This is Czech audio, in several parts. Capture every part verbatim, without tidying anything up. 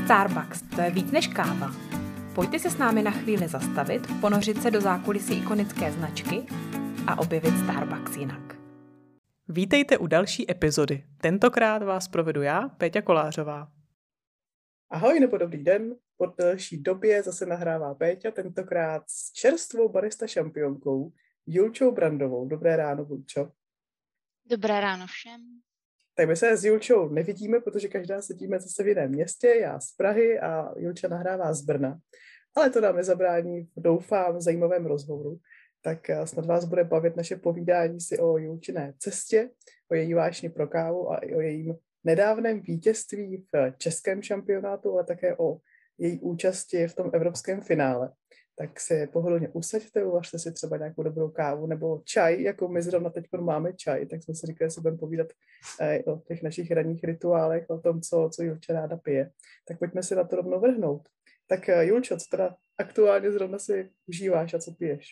Starbucks, to je víc než káva. Pojďte se s námi na chvíli zastavit, ponořit se do zákulisí ikonické značky a objevit Starbucks jinak. Vítejte u další epizody. Tentokrát vás provedu já, Péťa Kolářová. Ahoj nebo dobrý den, po delší době zase nahrává Péťa, tentokrát s čerstvou barista šampionkou Julčou Brandovou. Dobré ráno, Julčo. Dobré ráno všem. Tak my se s Julčou nevidíme, protože každá sedíme zase v jiném městě, já z Prahy a Julča nahrává z Brna. Ale to nám nezabrání, doufám, v zajímavém rozhovoru. Tak snad vás bude bavit naše povídání si o Julčiné cestě, o její vášni pro kávu a i o jejím nedávném vítězství v českém šampionátu, ale také o její účasti v tom evropském finále. Tak si pohodlně usaďte, uvařte si třeba nějakou dobrou kávu nebo čaj, jako my zrovna teď máme čaj, tak jsme si říkali, že si budeme povídat eh, o těch našich ranních rituálech, o tom, co, co Julča ráda pije. Tak pojďme si na to rovnou vrhnout. Tak eh, Julčo, co teda aktuálně zrovna si užíváš a co piješ?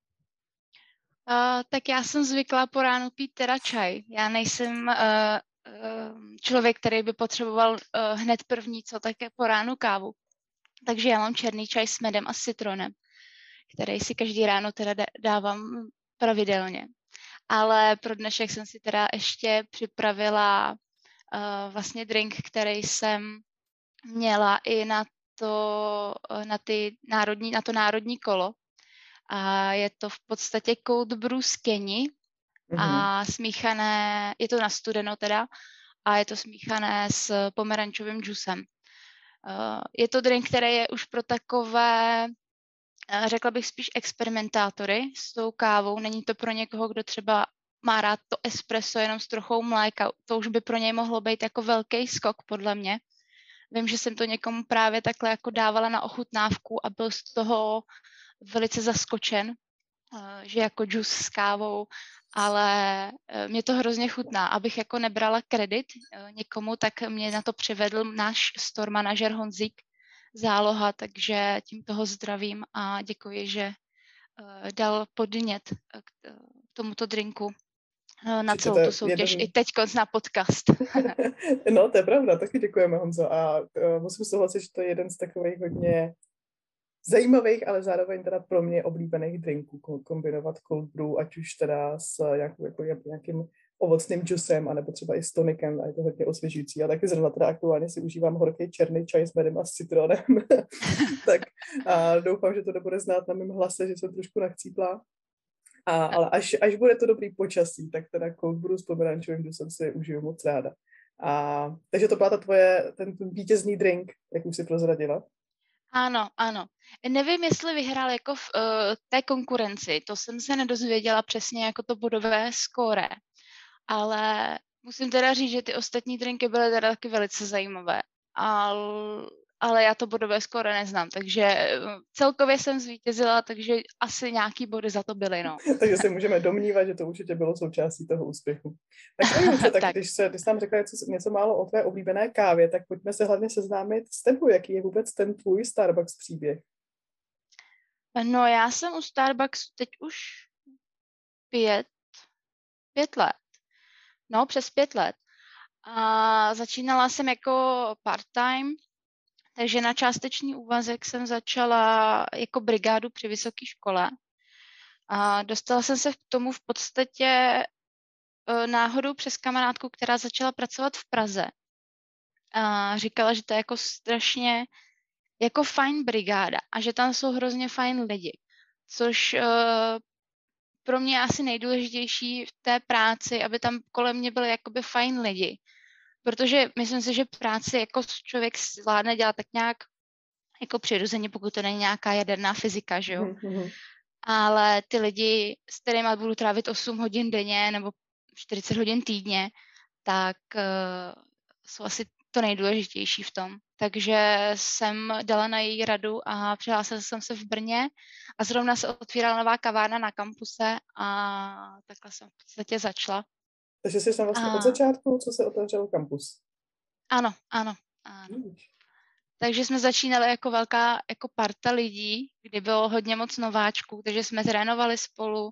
Uh, tak já jsem zvyklá po ránu pít teda čaj. Já nejsem uh, uh, člověk, který by potřeboval uh, hned první, co také po ránu kávu. Takže já mám černý čaj s medem a s citronem, který si každý ráno teda dávám pravidelně. Ale pro dnešek jsem si teda ještě připravila uh, vlastně drink, který jsem měla i na to, na ty národní, na to národní kolo. A je to v podstatě cold brew z Keni a smíchané, je to na studeno teda, a je to smíchané s pomerančovým džusem. Uh, je to drink, který je už pro takové, uh, řekla bych spíš experimentátory s tou kávou. Není to pro někoho, kdo třeba má rád to espresso jenom s trochou mléka. To už by pro něj mohlo být jako velký skok, podle mě. Vím, že jsem to někomu právě takhle jako dávala na ochutnávku a byl z toho velice zaskočen, uh, že jako džus s kávou, ale uh, mě to hrozně chutná. Abych jako nebrala kredit uh, někomu, tak mě na to přivedl náš store manažer Honzík Záloha, takže tím toho zdravím a děkuji, že uh, dal podnět uh, k uh, tomuto drinku uh, na celou tu soutěž jeden... i teďkonc na podcast. No, to je pravda, taky děkujeme, Honzo. A uh, musím souhlasit, že to je jeden z takových hodně zajímavých, ale zároveň teda pro mě oblíbených drinků, kombinovat cold brew, ať už teda s nějakou, jako, nějakým ovocným džusem, anebo třeba i s tonikem, a je to hodně osvěžující. A taky zrovna teda aktuálně si užívám horký černý čaj s medem a s citronem. Tak a doufám, že to nebude znát na mém hlase, že jsem trošku nachcíplá. A, ale až, až bude to dobrý počasí, tak teda cold brew s pomerančovým džusem si užiju moc ráda. A, takže to byla ta tvoje, ten, ten vítězný drink, jak už si prozradila. Ano, ano. Nevím, jestli vyhrál jako v uh, té konkurenci, to jsem se nedozvěděla přesně jako to bodové skóre, ale musím teda říct, že ty ostatní drinky byly teda taky velice zajímavé, ale, ale já to bodové skóre neznám, takže celkově jsem zvítězila, takže asi nějaký body za to byly, no. Takže se můžeme domnívat, že to určitě bylo součástí toho úspěchu. Tak, Júče, tak, tak. Když, se, když jsi nám řekla něco, něco málo o tvé oblíbené kávě, tak pojďme se hlavně seznámit s tebou, jaký je vůbec ten tvůj Starbucks příběh. No já jsem u Starbucks teď už pět, pět let. No, přes pět let. A začínala jsem jako part-time, takže na částečný úvazek jsem začala jako brigádu při vysoké škole. A dostala jsem se k tomu v podstatě náhodou přes kamarádku, která začala pracovat v Praze. A říkala, že to je jako strašně jako fajn brigáda a že tam jsou hrozně fajn lidi, což uh, pro mě je asi nejdůležitější v té práci, aby tam kolem mě byly jakoby fajn lidi. Protože myslím si, že práci jako člověk zvládne dělat tak nějak jako přirozeně, pokud to není nějaká jaderná fyzika, že jo. Mm-hmm. Ale ty lidi, s kterými budu trávit osm hodin denně nebo čtyřicet hodin týdně, tak uh, jsou asi to nejdůležitější v tom. Takže jsem dala na její radu a přihlásila jsem se v Brně a zrovna se otvírala nová kavárna na kampuse a takhle jsem v podstatě začala. Takže jsi tam vlastně a... od začátku, co se otevřel kampus? Ano, ano, ano. Hmm. Takže jsme začínali jako velká jako parta lidí, kdy bylo hodně moc nováčků, takže jsme trénovali spolu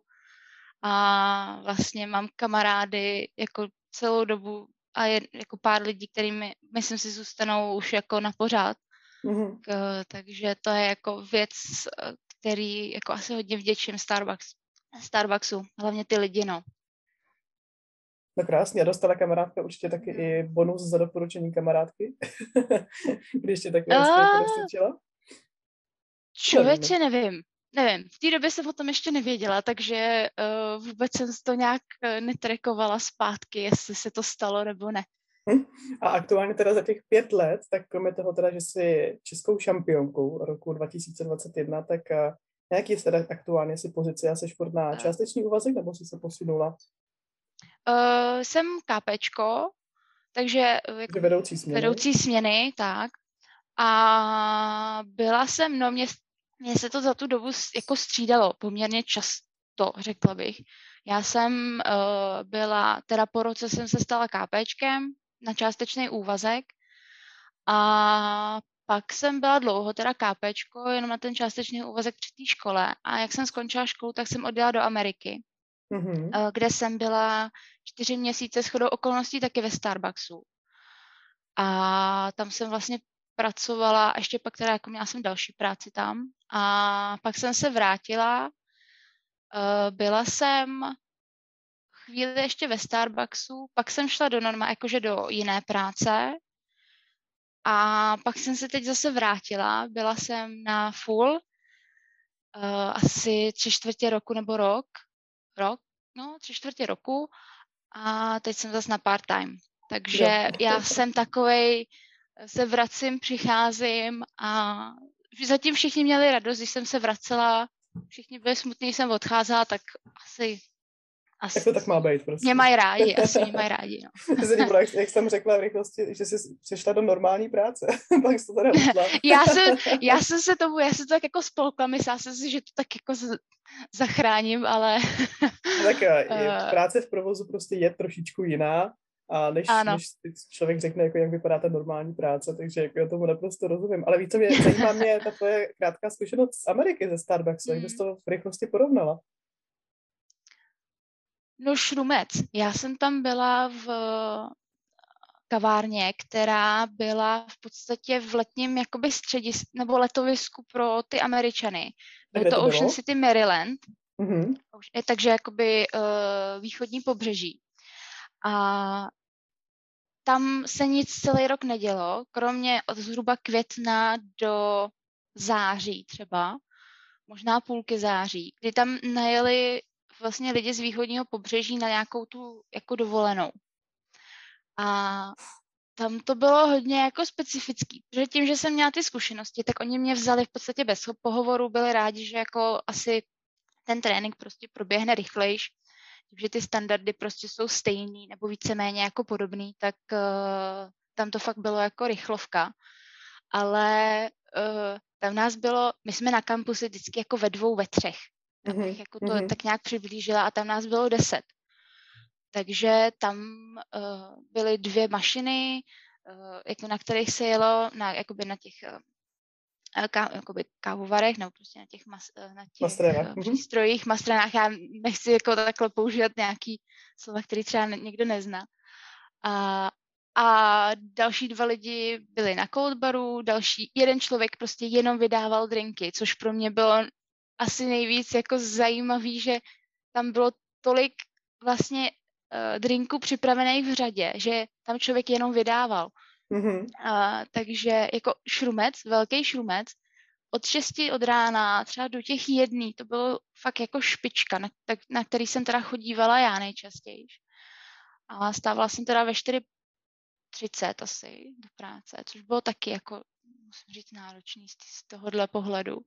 a vlastně mám kamarády jako celou dobu a je jako pár lidí, kterými myslím si zůstanou už jako na pořád. Mhm. K, takže to je jako věc, který jako asi hodně vděčím Starbucks, Starbucksu, hlavně ty lidi, no. No krásně, a dostala kamarádka určitě taky Hmm. i bonus za doporučení kamarádky, když tě takhle hezky jako rozcvičila? Člověče, nevím. Nevím, v té době jsem o tom ještě nevěděla, takže uh, vůbec jsem to nějak netrekovala zpátky, jestli se to stalo nebo ne. A aktuálně teda za těch pět let, tak kromě toho teda, že jsi českou šampionkou roku dva tisíce dvacet jedna, tak uh, nějaký je teda aktuálně si pozice a seš furt na částečný úvazek, nebo jsi se posunula? Uh, jsem kápečko, takže jako vedoucí směny. vedoucí směny, tak. A byla jsem, no mě, mě se to za tu dobu jako střídalo poměrně často, řekla bych. Já jsem uh, byla, teda po roce jsem se stala kápečkem na částečný úvazek a pak jsem byla dlouho teda kápečko, jenom na ten částečný úvazek při té škole a jak jsem skončila školu, tak jsem odjela do Ameriky, mm-hmm. kde jsem byla čtyři měsíce shodou okolností taky ve Starbucksu. A tam jsem vlastně pracovala, a ještě pak teda jako měla jsem další práci tam a pak jsem se vrátila, byla jsem chvíli ještě ve Starbucksu, pak jsem šla do norma, jakože do jiné práce a pak jsem se teď zase vrátila, byla jsem na full asi tři čtvrtě roku nebo rok, rok, no tři čtvrtě roku a teď jsem zase na part-time. Takže já jsem takovej, se vracím, přicházím a zatím všichni měli radost, když jsem se vracela, všichni byli smutní, když jsem odcházela, tak asi... asi tak to tak má být prostě. Mě mají rádi, asi mě mají rádi, no. jak, jak jsem řekla v rychlosti, že jsi přišla do normální práce, pak jsi to teda ušla. já, jsem, já jsem se tomu, já jsem to tak jako spolkla, myslela jsem si, že to tak jako z, zachráním, ale... tak je, práce v provozu prostě je trošičku jiná, a než, než člověk řekne, jako, jak vypadá ta normální práce, takže jako já tomu naprosto rozumím. Ale víc, co mě zajímá, mě ta tvoje krátká zkušenost z Ameriky, ze Starbucksu, jak bys to v rychlosti porovnala? No šrumec. Já jsem tam byla v kavárně, která byla v podstatě v letním jakoby středisku nebo letovisku pro ty Američany. Bylo to Ocean City, Maryland, mm-hmm. takže jakoby uh, východní pobřeží. A tam se nic celý rok nedělo, kromě od zhruba května do září třeba, možná půlky září, kdy tam najeli vlastně lidi z východního pobřeží na nějakou tu jako dovolenou. A tam to bylo hodně jako specifický, protože tím, že jsem měla ty zkušenosti, tak oni mě vzali v podstatě bez pohovoru, byli rádi, že jako asi ten trénink prostě proběhne rychlejš, že ty standardy prostě jsou stejný nebo víceméně jako podobný, tak uh, tam to fakt bylo jako rychlovka. Ale uh, tam nás bylo, my jsme na kampusi vždycky jako ve dvou, ve třech. Tam bych jako to mm-hmm. tak nějak přiblížila a tam nás bylo deset. Takže tam uh, byly dvě mašiny, uh, jako na kterých se jelo, na, jakoby na těch uh, ká, jakoby kávovarech, nebo prostě na těch, mas, na těch uh, přístrojích, mastrenách. Já nechci jako takhle používat nějaký slova, který třeba někdo nezná. A, a další dva lidi byli na cold baru, další, jeden člověk prostě jenom vydával drinky, což pro mě bylo asi nejvíc jako zajímavý, že tam bylo tolik vlastně uh, drinků připravených v řadě, že tam člověk jenom vydával. Mm-hmm. Uh, takže jako šrumec, velký šrumec, od šesti od rána třeba do těch jedný, to bylo fakt jako špička, na, tak, na který jsem teda chodívala já nejčastěji. A stávala jsem teda ve čtyři třicet asi do práce, což bylo taky jako, musím říct, náročný z tohohle pohledu.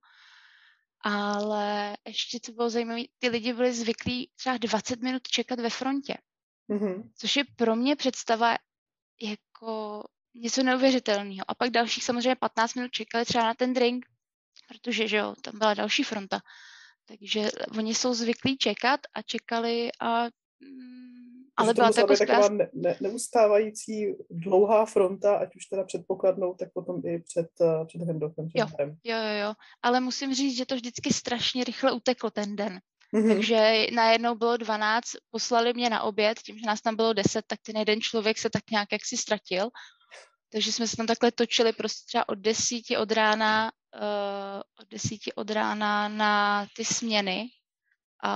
Ale ještě co bylo zajímavé, ty lidi byli zvyklí třeba dvacet minut čekat ve frontě. Mm-hmm. Což je pro mě představa jako něco neuvěřitelného. A pak dalších samozřejmě patnáct minut čekali třeba na ten drink, protože že jo, tam byla další fronta. Takže oni jsou zvyklí čekat a čekali a... Ale byla to jako taková ne, ne, neustávající dlouhá fronta, ať už teda před pokladnou, tak potom i před, před handofem. Jo, jo, jo, jo. Ale musím říct, že to vždycky strašně rychle uteklo ten den. Mm-hmm. Takže najednou bylo dvanáct, poslali mě na oběd, tím, že nás tam bylo deset, tak ten jeden člověk se tak nějak jaksi ztratil. Takže jsme se tam takhle točili prostě třeba od desíti od rána, uh, od desíti od rána na ty směny a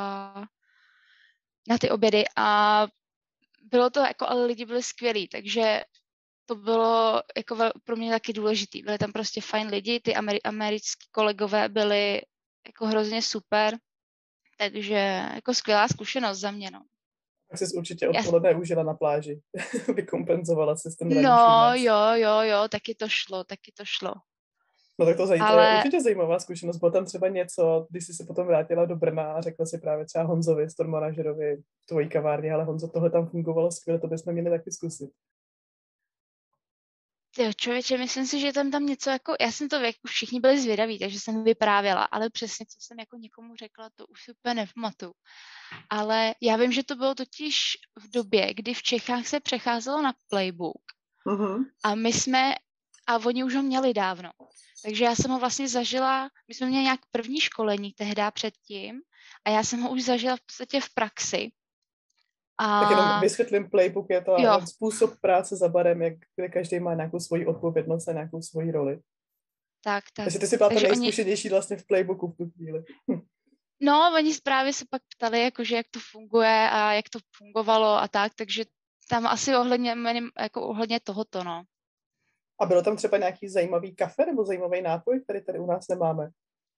na ty obědy a bylo to jako, ale lidi byli skvělí, takže to bylo jako vel, pro mě taky důležitý. Byli tam prostě fajn lidi, ty ameri- americký kolegové byli jako hrozně super, takže jako skvělá zkušenost za mě, no. Tak jsi určitě odpoledne Já... užila na pláži. Vykompenzovala jsi ten ranní No, šílenec. jo, jo, jo, taky to šlo, taky to šlo. No tak to zajímavé, Ale... je určitě zajímavá zkušenost. Bylo tam třeba něco, když jsi se potom vrátila do Brna a řekla si právě třeba Honzovi, store manažerovi v tvojí kavárně, ale Honzo, tohle tam fungovalo skvěle, to bychom měli taky zkusit. Jo, člověče, myslím si, že tam tam něco jako, já jsem to věku, všichni byli zvědaví, takže jsem vyprávěla, ale přesně, co jsem jako někomu řekla, to už si úplně nepamatuju. Ale já vím, že to bylo totiž v době, kdy v Čechách se přecházelo na Playbook Uh-huh. a my jsme, a oni už ho měli dávno. Takže já jsem ho vlastně zažila, my jsme měli nějak první školení tehdy předtím a já jsem ho už zažila v podstatě v praxi. A... Tak jenom vysvětlím, Playbook je to způsob práce za barem, jak, kde každý má nějakou svoji odpovědnost a nějakou svoji roli. Tak, tak. Takže ty jsi byla ta nejzkušenější oni... vlastně v Playbooku v tu chvíli. No, oni právě se pak ptali, jakože jak to funguje a jak to fungovalo a tak, takže tam asi ohledně, jako ohledně tohoto, no. A bylo tam třeba nějaký zajímavý kafe nebo zajímavý nápoj, který tady u nás nemáme?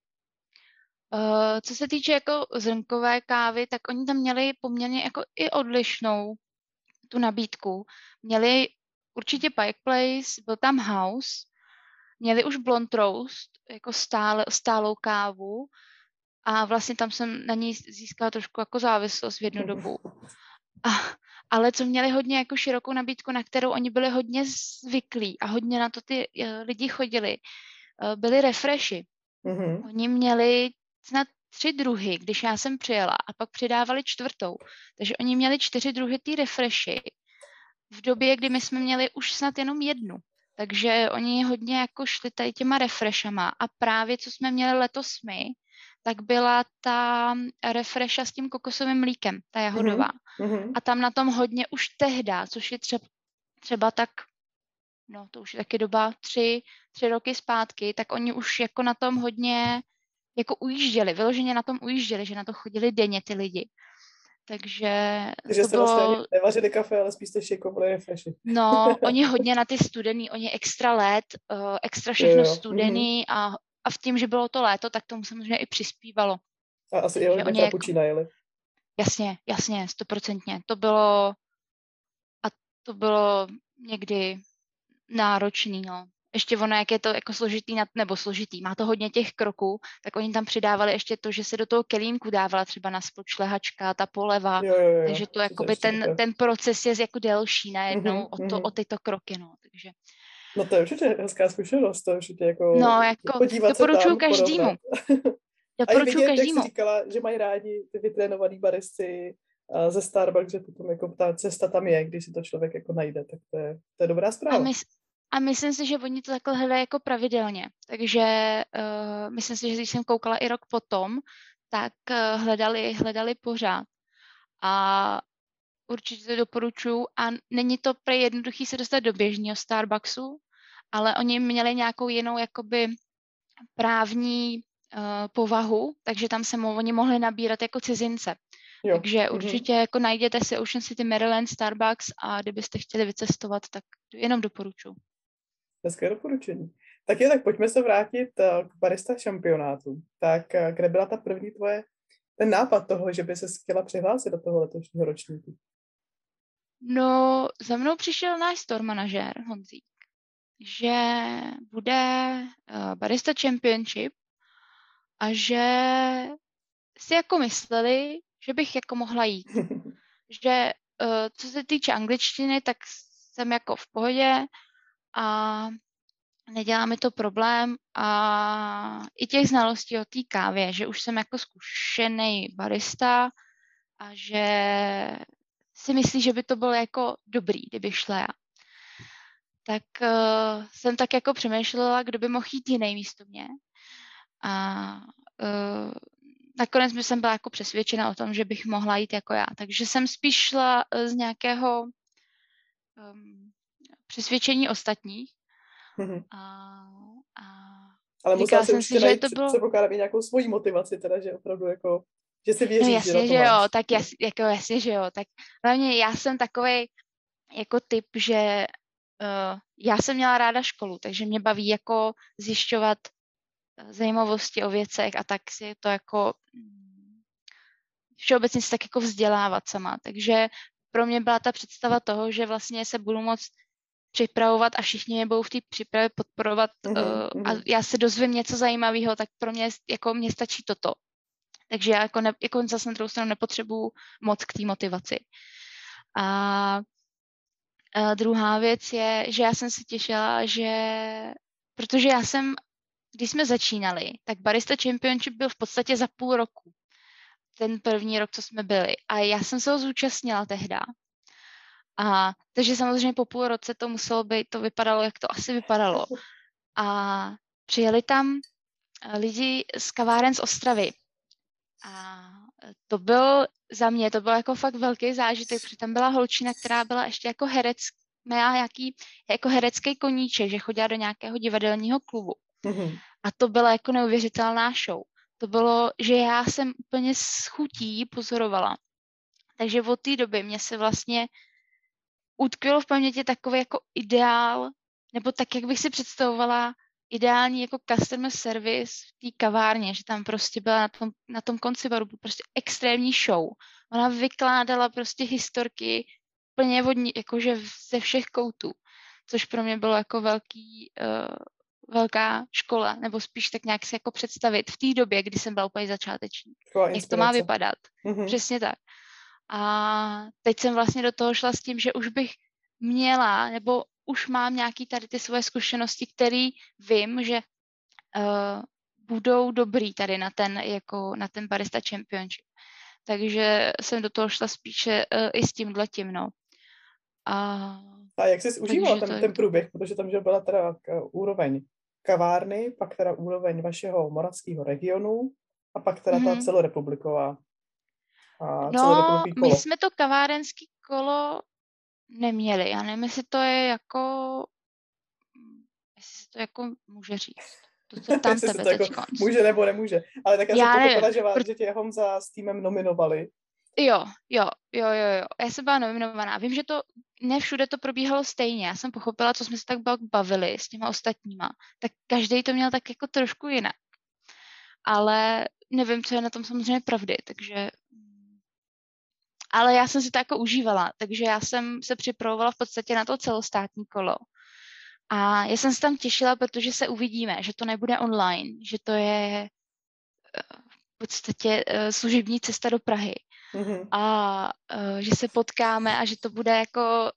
Uh, co se týče jako zrnkové kávy, tak oni tam měli poměrně jako i odlišnou tu nabídku. Měli určitě Pike Place, byl tam House, měli už Blonde Roast, jako stále, stálou kávu a vlastně tam jsem na ní získala trošku jako závislost v jednu dobu. A, ale co měli hodně jako širokou nabídku, na kterou oni byli hodně zvyklí a hodně na to ty uh, lidi chodili, uh, byly refreshy. Mm-hmm. Oni měli snad tři druhy, když já jsem přijela a pak přidávali čtvrtou. Takže oni měli čtyři druhy té refreshy v době, kdy my jsme měli už snad jenom jednu. Takže oni hodně jako šli tady těma refreshama a právě co jsme měli letos my, tak byla ta refresha s tím kokosovým mlíkem, ta jahodová. Mm-hmm. A tam na tom hodně už tehda, což je třeba, třeba tak, no to už je taky doba tři, tři roky zpátky, tak oni už jako na tom hodně jako ujížděli, vyloženě na tom ujížděli, že na to chodili denně ty lidi. Takže Takže to jste bylo... vlastně nevařili kafe, ale spíš jste šejkovali refreshy. No, oni hodně na ty studený, oni extra led, uh, extra všechno jo, jo. studený mm-hmm. a, a v tím, že bylo to léto, tak tomu samozřejmě i přispívalo. A asi i hodně frappuccina jeli. Jasně, jasně, stoprocentně. To bylo a to bylo někdy náročný, no. Ještě ono, jak je to jako složitý, nebo složitý, má to hodně těch kroků, tak oni tam přidávali ještě to, že se do toho kelímku dávala třeba na šlehačka, ta poleva, jo, jo, jo. takže to, to jakoby ten, to... ten proces je jako delší najednou mm-hmm, o, to, mm-hmm. o tyto kroky, no, takže. No to je určitě hezká zkušenost, to je určitě jako, no, jako doporučuji každému. Doporučuji každému. Jak jsi říkala, že mají rádi ty vytrénovaný baristy ze Starbucks, že potom jako ta cesta tam je, když si to člověk jako najde, tak to je, to je dobrá zpráva. A, mys- a myslím si, že oni to takhle hledají jako pravidelně, takže uh, myslím si, že když jsem koukala i rok potom, tak uh, hledali, hledali pořád. A určitě to doporučuji a není to pre jednoduchý se dostat do běžného Starbucksu, ale oni měli nějakou jinou jakoby právní uh, povahu, takže tam se mo- oni mohli nabírat jako cizince. Jo. Takže určitě mm-hmm. jako najděte si Ocean City, Maryland, Starbucks a kdybyste chtěli vycestovat, tak jenom doporučuji. Hezké doporučení. Tak je, tak pojďme se vrátit k barista šampionátu. Tak kde byla ta první tvoje, ten nápad toho, že by se chtěla přihlásit do toho letošního ročníku? No, za mnou přišel náš store manažer Honzík, že bude uh, barista championship a že si jako mysleli, že bych jako mohla jít. Že uh, co se týče angličtiny, tak jsem jako v pohodě a nedělá mi to problém a i těch znalostí o té kávě, že už jsem jako zkušený barista a že si myslí, že by to bylo jako dobrý, kdyby šla já. Tak uh, jsem tak jako přemýšlela, kdo by mohl jít jiný místo mě. A uh, nakonec jsem byla jako přesvědčena o tom, že bych mohla jít jako já. Takže jsem spíš šla z nějakého um, přesvědčení ostatních. Mm-hmm. A, a ale musela si určitě najít, to bylo... předpokládám, i nějakou svoji motivaci, teda, že opravdu jako, že si věříš, no jasně, že, že jo, tak jas, jako jasně, že jo. Tak hlavně já jsem takovej jako typ, že uh, já jsem měla ráda školu, takže mě baví jako zjišťovat zajímavosti o věcech a tak si to jako všeobecně se tak jako vzdělávat sama. Takže pro mě byla ta představa toho, že vlastně se budu moct připravovat a všichni mě budou v té přípravě podporovat mm-hmm. uh, a já se dozvím něco zajímavého, tak pro mě jako mě stačí toto. Takže já jako, ne, jako zase na druhou stranu nepotřebuju moc k té motivaci. A, a druhá věc je, že já jsem si těšila, že protože já jsem, když jsme začínali, tak Barista Championship byl v podstatě za půl roku. Ten první rok, co jsme byli. A já jsem se ho zúčastnila tehda. A takže samozřejmě po půl roce to muselo být, to vypadalo, jak to asi vypadalo. A přijeli tam lidi z kaváren z Ostravy. A to byl za mě, to byl jako fakt velký zážitek, protože tam byla holčina, která byla ještě jako herec, měla nějaký jako herecký koníček, že chodila do nějakého divadelního klubu. Mm-hmm. A to byla jako neuvěřitelná show. To bylo, že já jsem úplně s chutí pozorovala. Takže od té doby mě se vlastně utkvělo v paměti takový jako ideál, nebo tak, jak bych si představovala ideální jako customer service v té kavárně, že tam prostě byla na tom, na tom konci baru prostě extrémní show. Ona vykládala prostě historky plně vodní, jakože ze všech koutů, což pro mě bylo jako velký, uh, velká škola, nebo spíš tak nějak si jako představit v té době, kdy jsem byla úplně začáteční. Jak to má vypadat. Mm-hmm. Přesně tak. A teď jsem vlastně do toho šla s tím, že už bych měla, nebo už mám nějaký tady ty svoje zkušenosti, které vím, že uh, budou dobrý tady na ten, jako na ten Barista Championship. Takže jsem do toho šla spíše uh, i s tímhletím, no. A, a jak jsi užívala ten, je... ten průběh, protože tam že byla teda úroveň kavárny, pak teda úroveň vašeho moravského regionu a pak teda mm-hmm. ta celorepubliková. A no, my jsme to kavárenský kolo neměli. Já nevím, jestli to je jako, jestli se to jako může říct. To se tam tebe to teď jako může nebo nemůže. Ale tak já, já jsem pochopila, že, vás, že tě Honza s týmem nominovali. Jo, jo, jo, jo, jo. Já jsem byla nominovaná. Vím, že to ne všude to probíhalo stejně. Já jsem pochopila, co jsme se tak bavili s těma ostatníma. Tak každý to měl tak jako trošku jinak. Ale nevím, co je na tom samozřejmě pravdy, takže... Ale já jsem si to jako užívala, takže já jsem se připravovala v podstatě na to celostátní kolo. A já jsem se tam těšila, protože se uvidíme, že to nebude online, že to je v podstatě služební cesta do Prahy. Mm-hmm. A že se potkáme a že to bude jako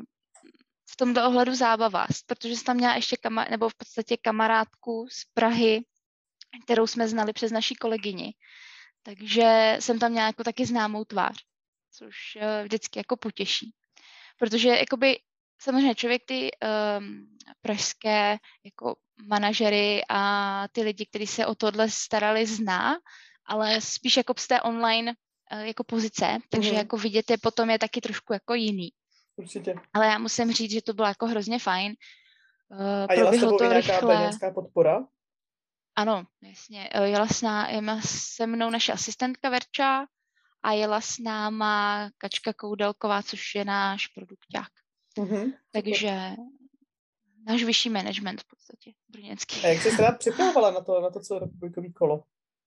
v tomto ohledu zábava, protože jsem tam měla ještě kama- nebo v podstatě kamarádku z Prahy, kterou jsme znali přes naší kolegyni. Takže jsem tam měla jako taky známou tvář, což vždycky jako potěší. Protože jakoby samozřejmě člověk ty um, pražské jako manažery a ty lidi, kteří se o tohle starali, zná, ale spíš jako z té online uh, jako pozice, takže mm-hmm. jako vidět je potom je taky trošku jako jiný. Určitě. Ale já musím říct, že to bylo jako hrozně fajn. Uh, a jela s tebou to i nějaká rychle. brněnská podpora? Ano, jasně. Jela, s ná, jela se mnou naše asistentka Verča a jela s náma Kačka Koudelková, což je náš produkťák. Mm-hmm. Takže náš vyšší management v podstatě, brněnský. A jak jsi se teda připravovala na to, na to celorepublikový kolo?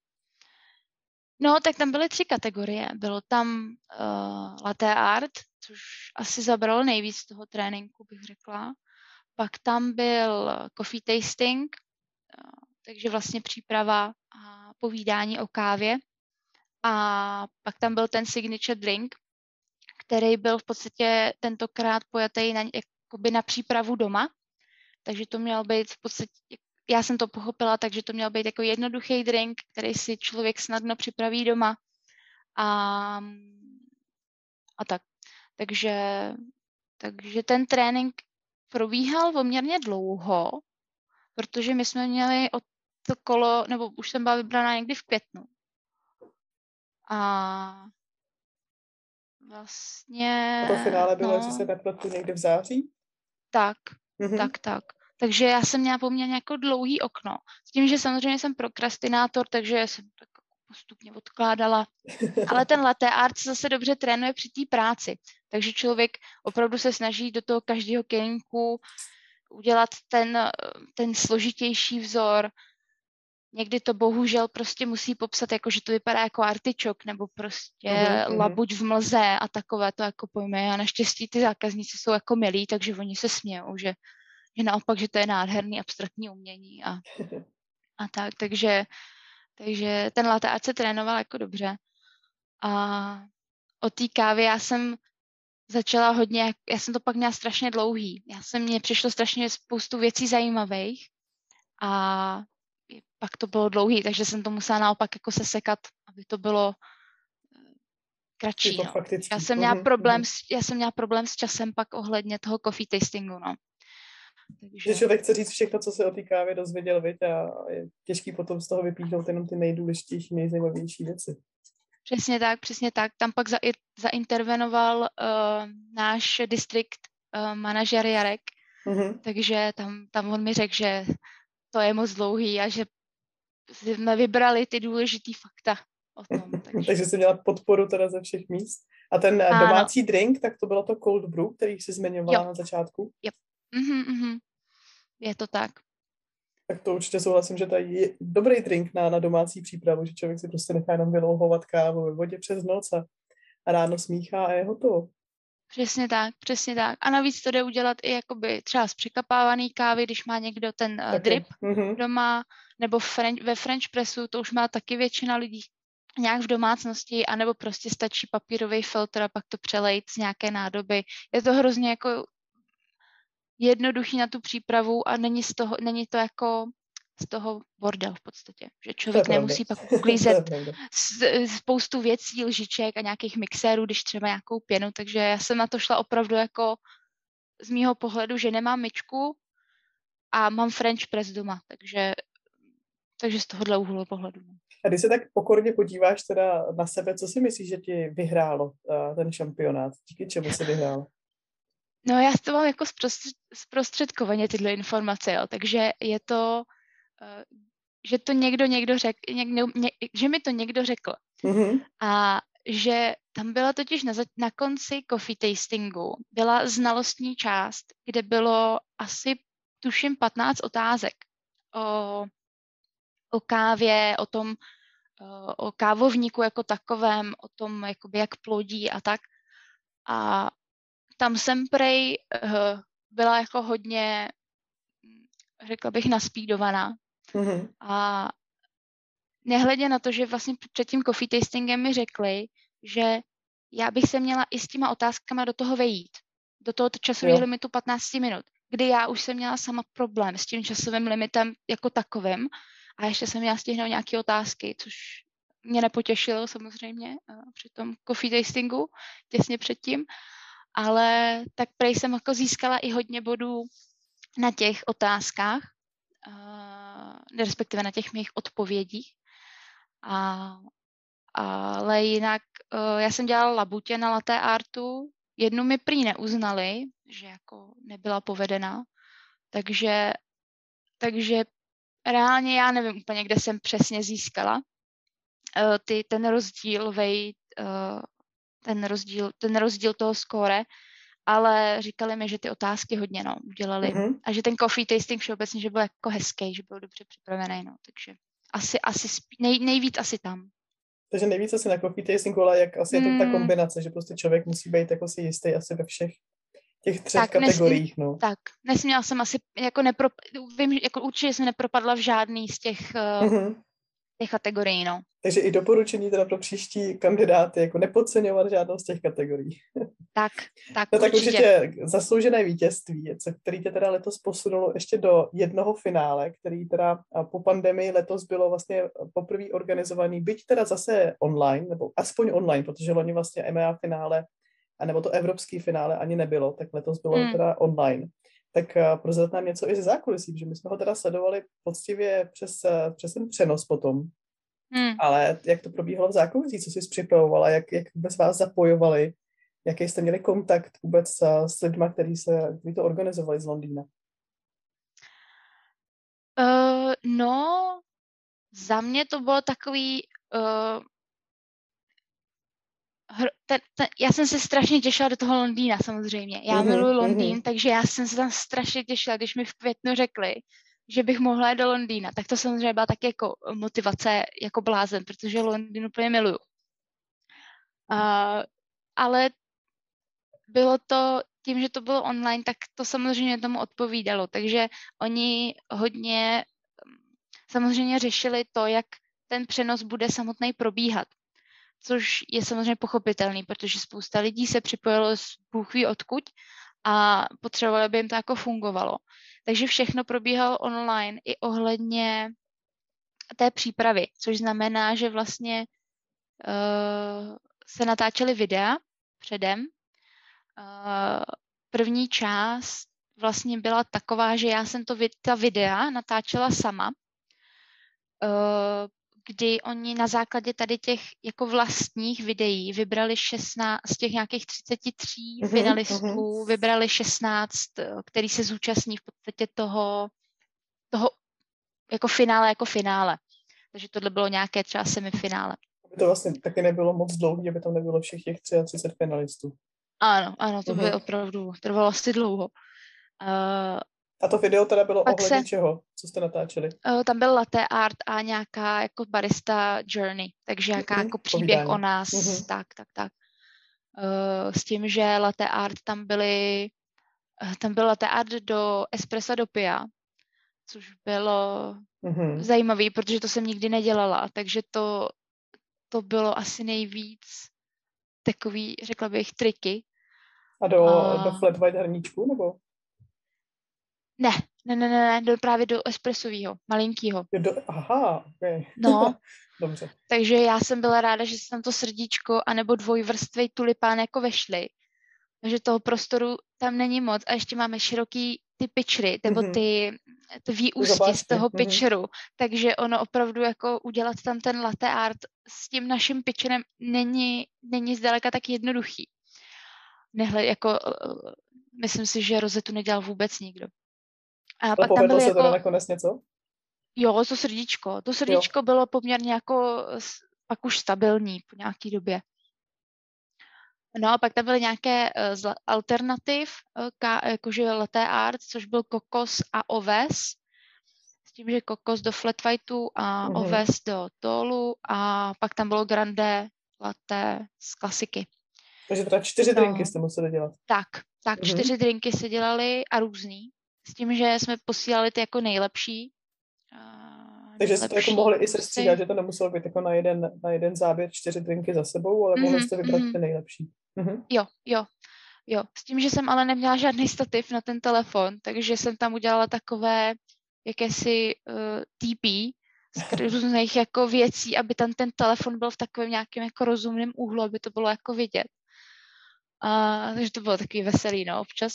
No, tak tam byly tři kategorie. Bylo tam uh, latte art, což asi zabralo nejvíc toho tréninku, bych řekla. Pak tam byl coffee tasting, uh, takže vlastně příprava a povídání o kávě. A pak tam byl ten signature drink, který byl v podstatě tentokrát pojatý na, jakoby na přípravu doma. Takže to měl být v podstatě, já jsem to pochopila, takže to měl být jako jednoduchý drink, který si člověk snadno připraví doma. A, a tak. Takže, takže ten trénink probíhal poměrně dlouho, protože my jsme měli od to kolo, nebo už jsem byla vybraná někdy v květnu. A vlastně... A to finále bylo, no, jestli se nepletu, někdy v září? Tak, Mm-hmm. tak, tak. Takže já jsem měla poměrně jako dlouhý okno. S tím, že samozřejmě jsem prokrastinátor, takže jsem tak postupně odkládala. Ale ten latte art se zase dobře trénuje při té práci. Takže člověk opravdu se snaží do toho každého kelímku udělat ten, ten složitější vzor. Někdy to bohužel prostě musí popsat, jako že to vypadá jako artičok, nebo prostě mm-hmm. labuť v mlze a takové to jako pojmy. A naštěstí ty zákazníci jsou jako milí, takže oni se smějou, že, že naopak, že to je nádherný abstraktní umění a, a tak. Takže, takže ten latte art se trénoval jako dobře. A o té kávě já jsem začala hodně, já jsem to pak měla strašně dlouhý. Já jsem, mně přišlo strašně spoustu věcí zajímavých a pak to bylo dlouhý, takže jsem to musela naopak jako sesekat, aby to bylo kratší. No. Já jsem měla problém, s, já jsem měla problém s časem pak ohledně toho coffee tastingu, no. Takže... Že člověk chce říct všechno, co se o té kávě dozvěděl, viď, a je těžký potom z toho vypíchnout jenom ty nejdůležitější, nejzajímavější věci. Přesně tak, přesně tak. Tam pak za, zaintervenoval uh, náš distrikt uh, manažer Jarek, mm-hmm. takže tam, tam on mi řekl, že to je moc dlouhý a že jsme vybrali ty důležitý fakta o tom. Takže, takže jsi měla podporu teda ze všech míst. A ten ano. domácí drink, tak to bylo to cold brew, který jsi zmiňovala jo. na začátku? Jo. Mm-hmm, mm-hmm. Je to tak. Tak to určitě souhlasím, že to je dobrý drink na, na domácí přípravu, že člověk si prostě nechá jenom vylouhovat kávu ve vodě přes noc a, a ráno smíchá a je hotovo. Přesně tak, přesně tak. A navíc to jde udělat i jakoby třeba z překapávaný kávy, když má někdo ten uh, drip mm-hmm. doma, nebo French, ve French pressu, to už má taky většina lidí nějak v domácnosti, anebo prostě stačí papírový filtr a pak to přelejt z nějaké nádoby. Je to hrozně jako jednoduchý na tu přípravu a není, z toho, není to jako z toho bordel v podstatě, že člověk nemusí pak uklízet spoustu věcí, lžiček a nějakých mixérů, když třeba nějakou pěnu, takže já jsem na to šla opravdu jako z mýho pohledu, že nemám myčku a mám French press doma, takže, takže z tohohle úhlu pohledu. A když se tak pokorně podíváš teda na sebe, co si myslíš, že ti vyhrálo uh, ten šampionát? Díky čemu se vyhrálo? No já to mám jako zprostředkovaně tyhle informace, jo. Takže je to, uh, že to někdo někdo řekl, někdo, ně, že mi to někdo řekl. Mm-hmm. A že tam byla totiž na, na konci coffee tastingu, byla znalostní část, kde bylo asi tuším patnáct otázek o, o kávě, o tom, uh, o kávovníku jako takovém, o tom, jakoby jak plodí a tak. A tam jsem prej uh, byla jako hodně, řekla bych, naspídovaná. Mm-hmm. A nehledě na to, že vlastně před tím coffee tastingem mi řekli, že já bych se měla i s těma otázkama do toho vejít. Do toho časového limitu patnáct minut. Kdy já už jsem měla sama problém s tím časovým limitem jako takovým. A ještě jsem měla stihnout nějaké otázky, což mě nepotěšilo samozřejmě při tom coffee tastingu, těsně předtím. Ale tak prej jsem jako získala i hodně bodů na těch otázkách, uh, respektive na těch mých odpovědích. A, ale jinak uh, já jsem dělala labutě na latte artu, jednu mi prý neuznali, že jako nebyla povedená, takže, takže reálně já nevím úplně, kde jsem přesně získala uh, ty, ten rozdíl vej, uh, ten rozdíl, ten rozdíl toho skóre, ale říkali mi, že ty otázky hodně no, udělali. Mm-hmm. A že ten coffee tasting všeobecně, že byl jako hezký, že byl dobře připravený, no, takže asi, asi spí, nej, nejvíc asi tam. Takže nejvíc asi na coffee tastingu, ale jak asi mm. je to ta kombinace, že prostě člověk musí být jako si jistý asi ve všech těch třech tak, kategoriích, nesmí, no. Tak, nesměla jsem asi, jako nepro, vím, jako určitě jsem nepropadla v žádný z těch mm-hmm. těch kategorií, no. Takže i doporučení teda pro příští kandidáty, jako nepodceňovat žádnou z těch kategorií. Tak, tak no, určitě. Tak určitě zasloužené vítězství, který tě teda letos posunulo ještě do jednoho finále, který teda po pandemii letos bylo vlastně poprvé organizovaný, byť teda zase online, nebo aspoň online, protože loni vlastně M M A finále, anebo to evropský finále ani nebylo, tak letos bylo hmm. teda online. Tak prozrat nám něco i ze zákulisí, že my jsme ho teda sledovali poctivě přes, přes ten přenos potom. Hmm. Ale jak to probíhalo v zákulisí, co jsi připravovala, jak, jak bez vás zapojovali, jaký jste měli kontakt vůbec s lidma, kteří se, kteří to organizovali z Londýna? Uh, no, za mě to bylo takový... Uh, hr, ten, ten, já jsem se strašně těšila do toho Londýna samozřejmě. Já mm-hmm, miluji Londýn, mm-hmm. takže já jsem se tam strašně těšila, když mi v květnu řekli, že bych mohla jít do Londýna. Tak to samozřejmě byla taky jako motivace jako blázen, protože Londýn úplně miluju. Uh, ale bylo to, tím, že to bylo online, tak to samozřejmě tomu odpovídalo. Takže oni hodně samozřejmě řešili to, jak ten přenos bude samotný probíhat. Což je samozřejmě pochopitelný, protože spousta lidí se připojilo z Bůh ví odkud a potřebovali, aby jim to jako fungovalo. Takže všechno probíhalo online i ohledně té přípravy, což znamená, že vlastně uh, se natáčely videa předem. Uh, první část vlastně byla taková, že já jsem to, ta videa natáčela sama, uh, kdy oni na základě tady těch jako vlastních videí vybrali šestnáct, z těch nějakých třicet tři uh-huh, finalistů, uh-huh. vybrali šestnáct, který se zúčastní v podstatě toho, toho jako finále, jako finále. Takže tohle bylo nějaké třeba semifinále. Aby to vlastně taky nebylo moc dlouhé, aby tam nebylo všech těch třicet tři finalistů. Ano, ano, to uh-huh. by opravdu trvalo asi dlouho. Uh, A to video teda bylo ohledně se, čeho? Co jste natáčeli? Uh, tam byl latte art a nějaká jako barista journey, takže nějaká uh-huh. jako příběh Povídání. o nás, uh-huh. tak, tak, tak. Uh, s tím, že latte art tam byly, uh, tam byl latte art do espressa do pia, což bylo uh-huh. zajímavý, protože to jsem nikdy nedělala, takže to, to bylo asi nejvíc takový, řekla bych, triky. A do, uh, do flat white hrníčku, nebo? Ne, ne, ne, ne, do, právě do espressového, malinkýho. Do, aha, okay. No, dobře. Takže já jsem byla ráda, že se tam to srdíčko anebo dvojvrstvej tulipán jako vešly. Takže toho prostoru tam není moc a ještě máme široký ty pitchery, nebo ty, ty výústí z toho pitcheru. Takže ono opravdu jako udělat tam ten latte art s tím naším pitcherem není, není zdaleka tak jednoduchý. Nehle, jako, myslím si, že rozetu nedělal vůbec nikdo. A pak tam byly se jako... teda nakonec něco? Jo, to srdíčko. To srdíčko jo. bylo poměrně jako pak už stabilní po nějaký době. No a pak tam byly nějaké uh, alternativ, uh, ka, jakože latte art, což byl kokos a oves. S tím, že kokos do flat whiteu a mm-hmm. oves do tolu a pak tam bylo grande latte z klasiky. Takže teda čtyři no. drinky jste museli dělat. Tak, tak mm-hmm. čtyři drinky se dělaly a různý. S tím, že jsme posílali ty jako nejlepší. Uh, Takže jste to jako mohli i sestřídat, že to nemuselo být jako na jeden, na jeden záběr čtyři drinky za sebou, ale mm-hmm, mohli jste vybrat mm-hmm. ty nejlepší. Mm-hmm. Jo, jo, jo. S tím, že jsem ale neměla žádný stativ na ten telefon, takže jsem tam udělala takové jakési uh, T P z různých jako věcí, aby tam ten telefon byl v takovém nějakém jako rozumném úhlu, aby to bylo jako vidět. Uh, takže to bylo takový veselý, no, občas.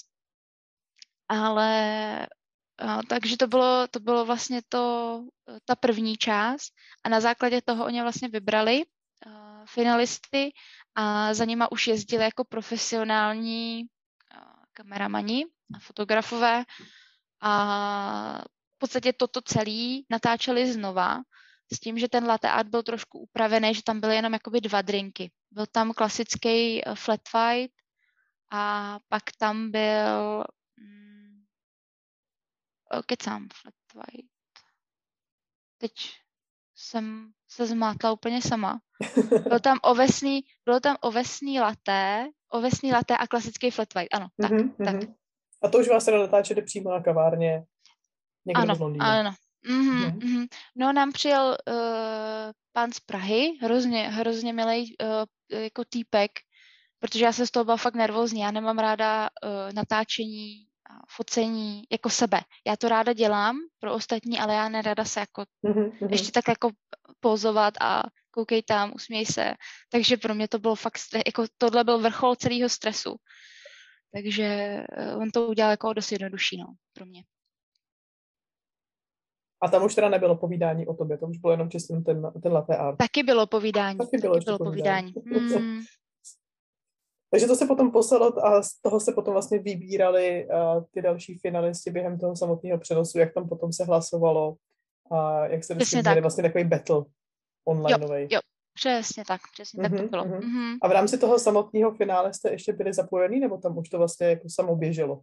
Ale uh, takže to bylo, to bylo vlastně to, ta první část a na základě toho oni vlastně vybrali uh, finalisty a za nima už jezdili jako profesionální uh, kameramani a fotografové a v podstatě toto celé natáčeli znova s tím, že ten latte art byl trošku upravený, že tam byly jenom jakoby dva drinky. Byl tam klasický uh, flat white a pak tam byl mm, kecám flat white. Teď jsem se zmátla úplně sama. Byl tam ovesný, bylo tam ovesný latte, ovesný latte a klasický flat white, ano, tak, mm-hmm, tak. A to už vás teda natáčeli přímo na kavárně někde ano, v Londýně. Ano, mm-hmm, mm-hmm. mm-hmm. No nám přijel uh, pán z Prahy, hrozně, hrozně milej uh, jako týpek, protože já jsem z toho byla fakt nervózní, já nemám ráda uh, natáčení, focení jako sebe. Já to ráda dělám pro ostatní, ale já nerada se jako mm-hmm. ještě tak jako pozovat a koukej tam, usměj se. Takže pro mě to bylo fakt, jako tohle byl vrchol celého stresu. Takže on to udělal jako dost jednodušší, no, pro mě. A tam už teda nebylo povídání o tobě, to už bylo jenom čistě ten, ten latte art. Taky bylo povídání. Taky bylo, taky bylo povídání. povídání. Hmm. Takže to se potom poslalo a z toho se potom vlastně vybírali uh, ty další finalisti během toho samotného přenosu, jak tam potom se hlasovalo a jak se vždycky měli vlastně takový battle onlineový. Jo, jo, přesně tak, přesně mm-hmm, tak to bylo. Mm-hmm. Mm-hmm. A v rámci toho samotného finále jste ještě byli zapojení, nebo tam už to vlastně jako samo běželo?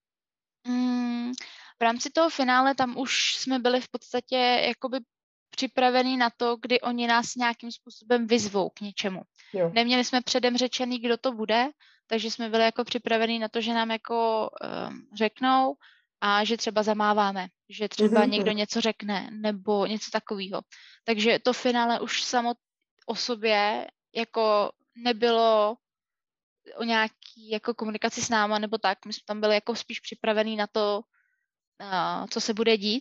Mm, v rámci toho finále tam už jsme byli v podstatě jakoby připravení na to, kdy oni nás nějakým způsobem vyzvou k něčemu. Jo. Neměli jsme předem řečený, kdo to bude, takže jsme byli jako připravení na to, že nám jako um, řeknou a že třeba zamáváme, že třeba mm-hmm. někdo něco řekne nebo něco takového. Takže to finále už samo o sobě jako nebylo o nějaký jako komunikaci s náma nebo tak. My jsme tam byli jako spíš připravení na to, uh, co se bude dít.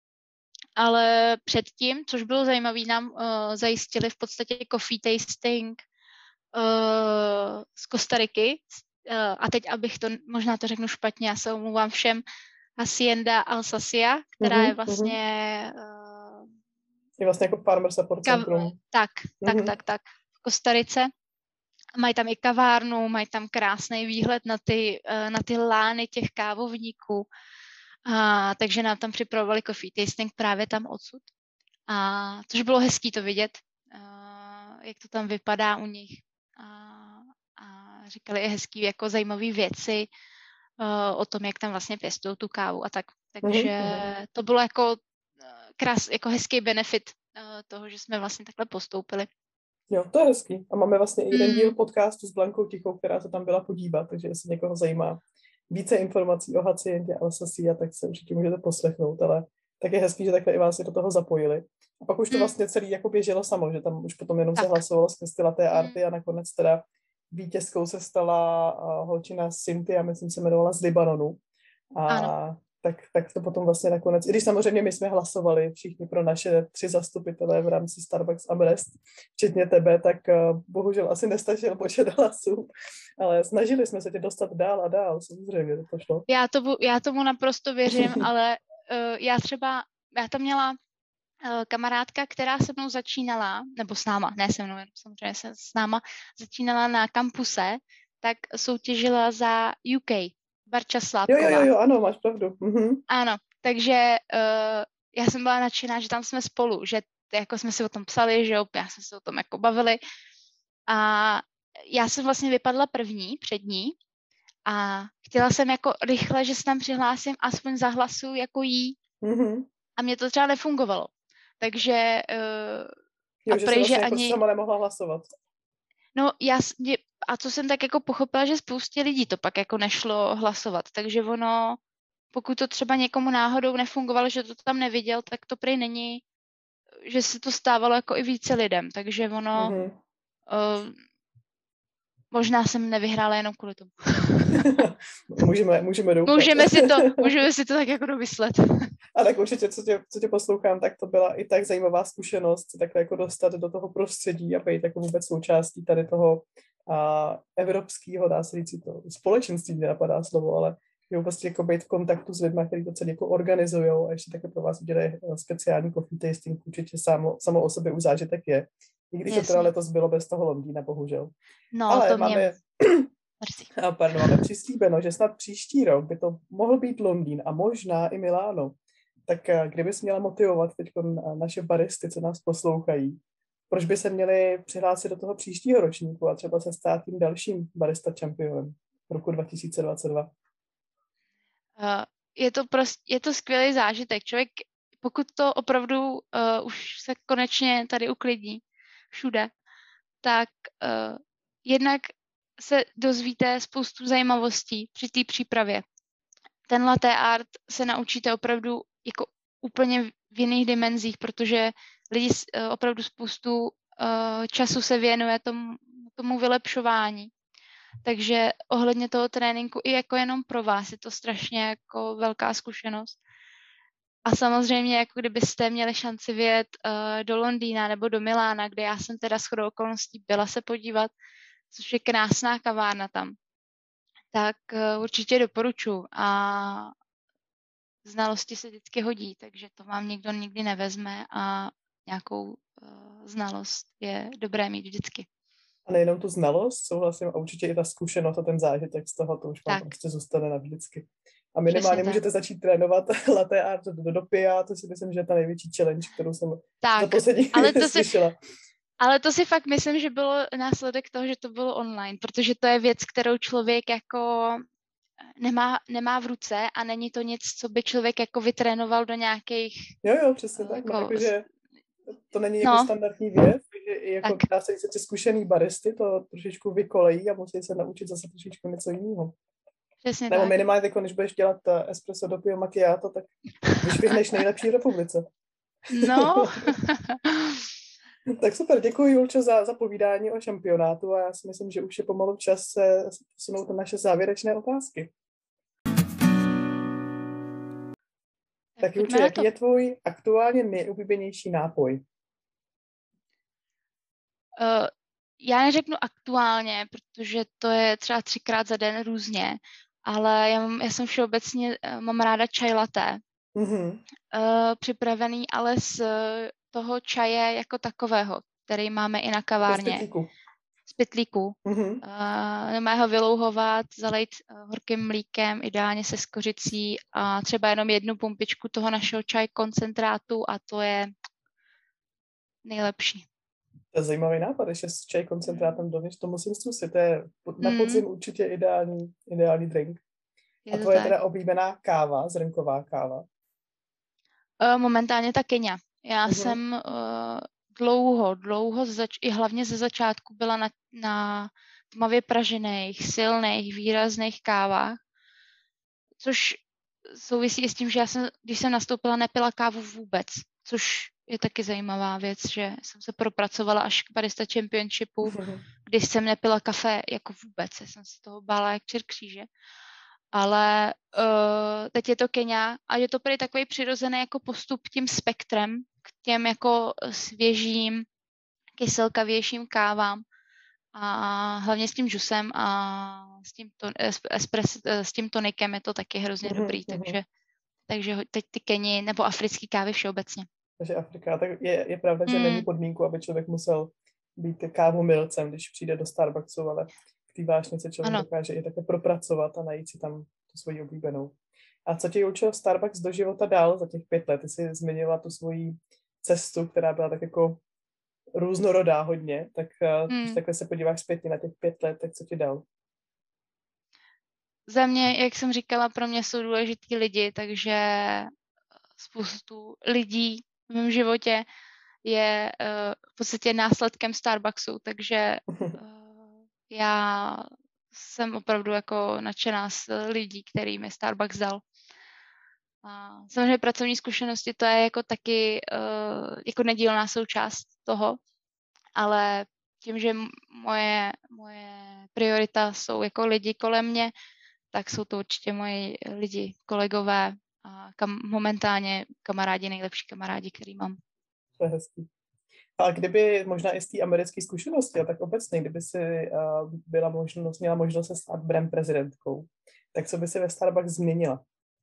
Ale předtím, což bylo zajímavé, nám uh, zajistili v podstatě coffee tasting uh, z Kostariky. Uh, a teď, abych to, možná to řeknu špatně, já se omlouvám všem, Hacienda Alsacia, která mm-hmm, je vlastně... Uh, je vlastně jako farmer support centrum. Tak, tak, mm-hmm. tak, tak. V Kostarice. Mají tam i kavárnu, mají tam krásný výhled na ty, uh, na ty lány těch kávovníků. A, takže nám tam připravovali coffee tasting právě tam odsud. A, což bylo hezký to vidět, a, jak to tam vypadá u nich. A, a říkali je hezký jako zajímavé věci a, o tom, jak tam vlastně pěstují tu kávu a tak. Takže mm-hmm. to bylo jako, krás, jako hezký benefit a, toho, že jsme vlastně takhle postoupili. Jo, to je hezký. A máme vlastně i jeden mm. díl podcastu s Blankou Tichou, která se tam byla podívat, takže jestli někoho zajímá více informací o Haciendě Alsacia, tak se určitě můžete poslechnout, ale tak je hezký, že takhle i vás je do toho zapojili. A pak už to vlastně celý jako běželo samo, že tam už potom jenom tak. se hlasovalo skrz ty latte arty a nakonec teda vítězkou se stala holčina Cynthia, myslím se jmenovala z Libanonu. A ano. Tak, tak to potom vlastně nakonec, i když samozřejmě my jsme hlasovali všichni pro naše tři zastupitelé v rámci Starbucks Amrest, včetně tebe, tak uh, bohužel asi nestačil počet hlasů, ale snažili jsme se tě dostat dál a dál, samozřejmě to šlo. Já, to, já tomu naprosto věřím, ale uh, já třeba, já tam měla uh, kamarádka, která se mnou začínala, nebo s náma, ne se mnou, samozřejmě se s náma, začínala na kampuse, tak soutěžila za U K. Barča Sládková. Jo, jo, jo, ano, máš pravdu. Mhm. Ano, takže uh, já jsem byla nadšená, že tam jsme spolu, že jako jsme si o tom psali, že jo, já jsme se o tom jako bavili a já jsem vlastně vypadla první před ní a chtěla jsem jako rychle, že se tam přihlásím aspoň za hlasu jako jí mm-hmm. a mě to třeba nefungovalo, takže uh, jo, a že prej, jsi vlastně že jako ani... sama nemohla hlasovat. No, já, a co jsem tak jako pochopila, že spoustě lidí to pak jako nešlo hlasovat, takže ono, pokud to třeba někomu náhodou nefungovalo, že to tam neviděl, tak to prej není, že se to stávalo jako i více lidem, takže ono, mm-hmm. uh, možná jsem nevyhrála jenom kvůli tomu. můžeme, můžeme doufat. Můžeme si to, můžeme si to tak jako domyslet. A tak určitě, co tě, co tě poslouchám, tak to byla i tak zajímavá zkušenost, takhle jako dostat do toho prostředí a být jako vůbec součástí tady toho a, evropského, dá se říct, to společenství, mě napadá slovo, ale že prostě jako být v kontaktu s lidmi, kteří to celé jako organizujou a ještě také pro vás udělají speciální coffee tasting, určitě samo, samo o sobě už zážitek je. I když Jasně. to teda letos bylo bez toho Londýna, bohužel. No, ale to máme, mě... a pardon, máme přislíbeno, že snad příští rok by to mohl být Londýn a možná i Miláno. Tak kdybys měla motivovat teď naše baristy, co nás poslouchají, proč by se měli přihlásit do toho příštího ročníku a třeba se stát tím dalším barista championem roku dva tisíce dvacet dva? Uh, je to prostě, je to skvělý zážitek. Člověk, pokud to opravdu uh, už se konečně tady uklidní všude, tak uh, jednak se dozvíte spoustu zajímavostí při té přípravě. Ten latte art se naučíte opravdu jako úplně v jiných dimenzích, protože lidi uh, opravdu spoustu uh, času se věnuje tomu, tomu vylepšování. Takže ohledně toho tréninku i jako jenom pro vás je to strašně jako velká zkušenost. A samozřejmě, jako kdybyste měli šanci vyjet uh, do Londýna nebo do Milána, kde já jsem teda shodou okolností byla se podívat, což je krásná kavárna tam, tak uh, určitě doporučuji. A znalosti se vždycky hodí, takže to vám nikdo nikdy nevezme a nějakou uh, znalost je dobré mít vždycky. A nejenom tu znalost, souhlasím, a určitě i ta zkušenost a ten zážitek z toho, to už vám Tak. prostě zůstane navždycky. A minimálně Přesně tak. můžete začít trénovat latte art do, do dopia, to si myslím, že je ta největší challenge, kterou jsem Tak, za poslední ale to si, slyšela. ale to si fakt myslím, že bylo následek toho, že to bylo online, protože to je věc, kterou člověk jako nemá, nemá v ruce a není to nic, co by člověk jako vytrénoval do nějakých... Jo, jo, přesně tak. Jako, No, jakože to není no, jako standardní věc, že i jako tak. dá se říct, že zkušený baristy to trošičku vykolejí a musí se naučit zase trošičku něco jiného. Přesně Nebo tak. minimálně jako, když budeš dělat uh, espresso doppio macchiato, tak vyšvihneš nejlepší v republice. No. Tak super, děkuji Julčo za, za povídání o šampionátu a já si myslím, že už je pomalu čas se posunout na naše závěrečné otázky. Tak Julčo, jaký je tvůj aktuálně nejoblíbenější nápoj? Uh, já neřeknu aktuálně, protože to je třeba třikrát za den různě, ale já, mám, já jsem všeobecně, uh, mám ráda čaj latte, Mm-hmm. uh, připravený ale z toho čaje jako takového, který máme i na kavárně. Z pytlíku. Z pytlíku. Mm-hmm. Uh, nemá ho vylouhovat, zalejt uh, horkým mlíkem, ideálně se skořicí a třeba jenom jednu pumpičku toho našeho čaj koncentrátu a to je nejlepší. To je zajímavý nápad, ještě s čaj koncentrátem dovnitř, to musím zkusit, to je na podzim mm. určitě ideální, ideální drink. Je a tvoje tak. Teda oblíbená káva, zrnková káva? Uh, momentálně ta Kenia. Já uh-huh. jsem uh, dlouho, dlouho, zač- i hlavně ze začátku byla na, na tmavě pražených, silných, výrazných kávách, což souvisí i s tím, že já jsem, když jsem nastoupila, nepila kávu vůbec, což je taky zajímavá věc, že jsem se propracovala až k Barista Championshipu, uh-huh. když jsem nepila kafe jako vůbec, já jsem se toho bála jak čert kříže. Ale uh, teď je to Kenia a je to prý takový přirozený jako postup tím spektrem k těm jako svěžím, kyselkavějším kávám a hlavně s tím džusem a s tím, to, espres, s tím tonikem je to taky hrozně mm-hmm, dobrý, mm-hmm. takže, takže teď ty Keni nebo africký kávy všeobecně. Takže Afrika, tak je, je pravda, že mm. není podmínku, aby člověk musel být kávomilcem, když přijde do Starbucksu, ale v té vášnice člověk ano. dokáže i také propracovat a najít si tam tu svoji oblíbenou. A co ti Julčo Starbucks do života dal za těch pět let? Ty jsi zmiňovala tu svoji cestu, která byla tak jako různorodá hodně, tak mm. když takhle se podíváš zpětně na těch pět let, tak co ti dal? Za mě, jak jsem říkala, pro mě jsou důležitý lidi, takže spoustu lidí v mém životě je uh, v podstatě následkem Starbucksu, takže uh, já jsem opravdu jako nadšená z lidí, který mi Starbucks dal. A samozřejmě pracovní zkušenosti, to je jako taky uh, jako nedílná součást toho, ale tím, že moje, moje priorita jsou jako lidi kolem mě, tak jsou to určitě moji lidi, kolegové a kam, momentálně kamarádi, nejlepší kamarádi, který mám. To je hezký. A kdyby možná i z té americké zkušenosti, a tak obecně, kdyby si uh, byla možnost, měla možnost se stát brand prezidentkou, tak co by si ve Starbucks změnila?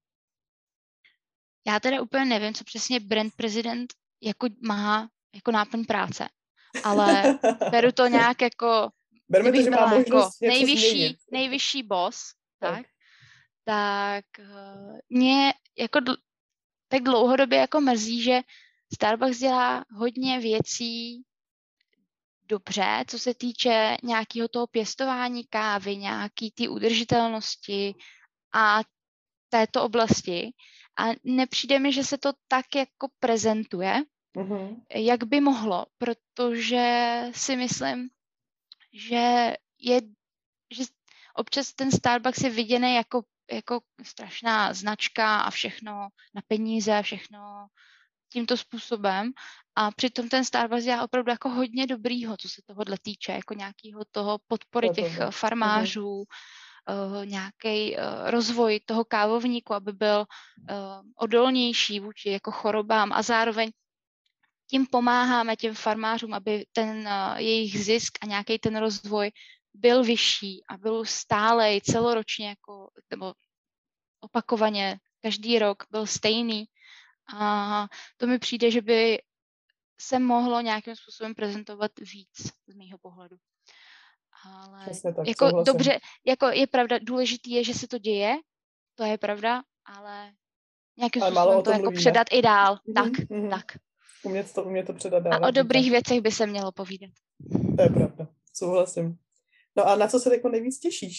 Já teda úplně nevím, co přesně brand prezident jako má jako náplň práce, ale beru to nějak jako, Berme to, že má možnost jako nejvyšší, nejvyšší boss, tak, tak, tak uh, mě jako dl- tak dlouhodobě jako mrzí, že Starbucks dělá hodně věcí dobře, co se týče nějakého toho pěstování kávy, nějaký ty udržitelnosti a této oblasti. A nepřijde mi, že se to tak jako prezentuje, mm-hmm. jak by mohlo, protože si myslím, že je, že občas ten Starbucks je viděný jako, jako strašná značka a všechno na peníze, všechno tímto způsobem a přitom ten Starbucks dělá opravdu jako hodně dobrýho, co se tohohle týče, jako nějakého toho podpory těch farmářů, uh, nějaký uh, rozvoj toho kávovníku, aby byl uh, odolnější vůči jako chorobám a zároveň tím pomáháme těm farmářům, aby ten uh, jejich zisk a nějaký ten rozvoj byl vyšší a byl stálej celoročně jako, nebo opakovaně každý rok byl stejný. A to mi přijde, že by se mohlo nějakým způsobem prezentovat víc z mýho pohledu. Ale Přesně tak, jako souhlasím. dobře, jako je pravda, důležitý je, že se to děje, to je pravda, ale nějakým Ale málo způsobem o to tom jako mluvíme. předat i dál. Mhm, Tak, mhm. tak. Umět to, umět to předat dál. A o dobrých věcech by se mělo povídat. To je pravda, souhlasím. No a na co se teď nejvíc těšíš?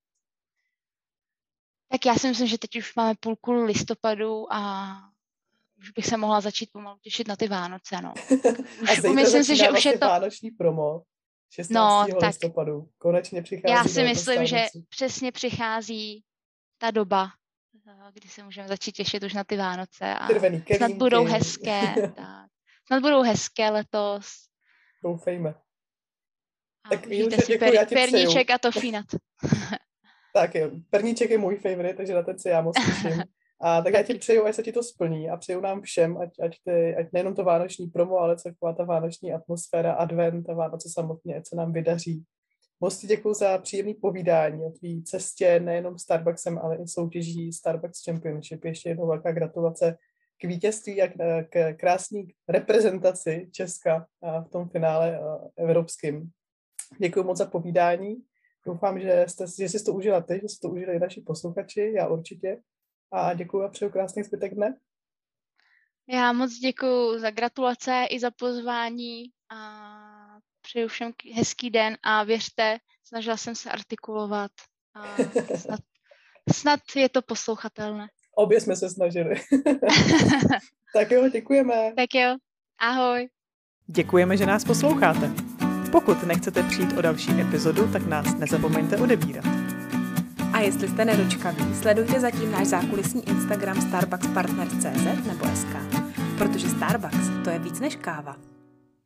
Tak já si myslím, že teď už máme půlku listopadu a už bych se mohla začít pomalu těšit na ty Vánoce, no. Už, A zítra myslím si, že už vlastně je to... vánoční promo šestnáctého No, tak. listopadu. Konečně přichází Já si do myslím, že Vánoce. přesně přichází ta doba, kdy se můžeme začít těšit už na ty Vánoce a Červený kelímky. snad budou hezké. Tak. Snad budou hezké letos. Doufejme. A Tak užijte Julče, si děkuji, per, já ti perníček přeju. a tofínat. Tak jo, perníček je můj favorite, takže na ten se já moc těším. A tak já ti přeju, ať se ti to splní a přeju nám všem, ať, ať, ty, ať nejenom to vánoční promo, ale celková ta vánoční atmosféra, advent a Vánoce samotně, ať se nám vydaří. Moc ti děkuju za příjemný povídání o tvý cestě nejenom Starbucksem, ale i soutěží Starbucks Championship. Ještě jednou velká gratulace k vítězství a k krásné reprezentaci Česka v tom finále evropským. Děkuji moc za povídání. Doufám, že, jste, že jsi to užila ty, že jsi to užili i naši posluchači, já určitě. A děkuji a přeju krásný zbytek dne. Já moc děkuji za gratulace i za pozvání a přeju všem hezký den a věřte, snažila jsem se artikulovat a snad, snad je to poslouchatelné. Obě jsme se snažili. Tak jo, děkujeme. Tak jo, ahoj. Děkujeme, že nás posloucháte. Pokud nechcete přijít o další epizodu, tak nás nezapomeňte odebírat. A jestli jste nedočkaví, sledujte zatím náš zákulisní Instagram Starbucks Partners tečka cé zet nebo es ká, protože Starbucks to je víc než káva.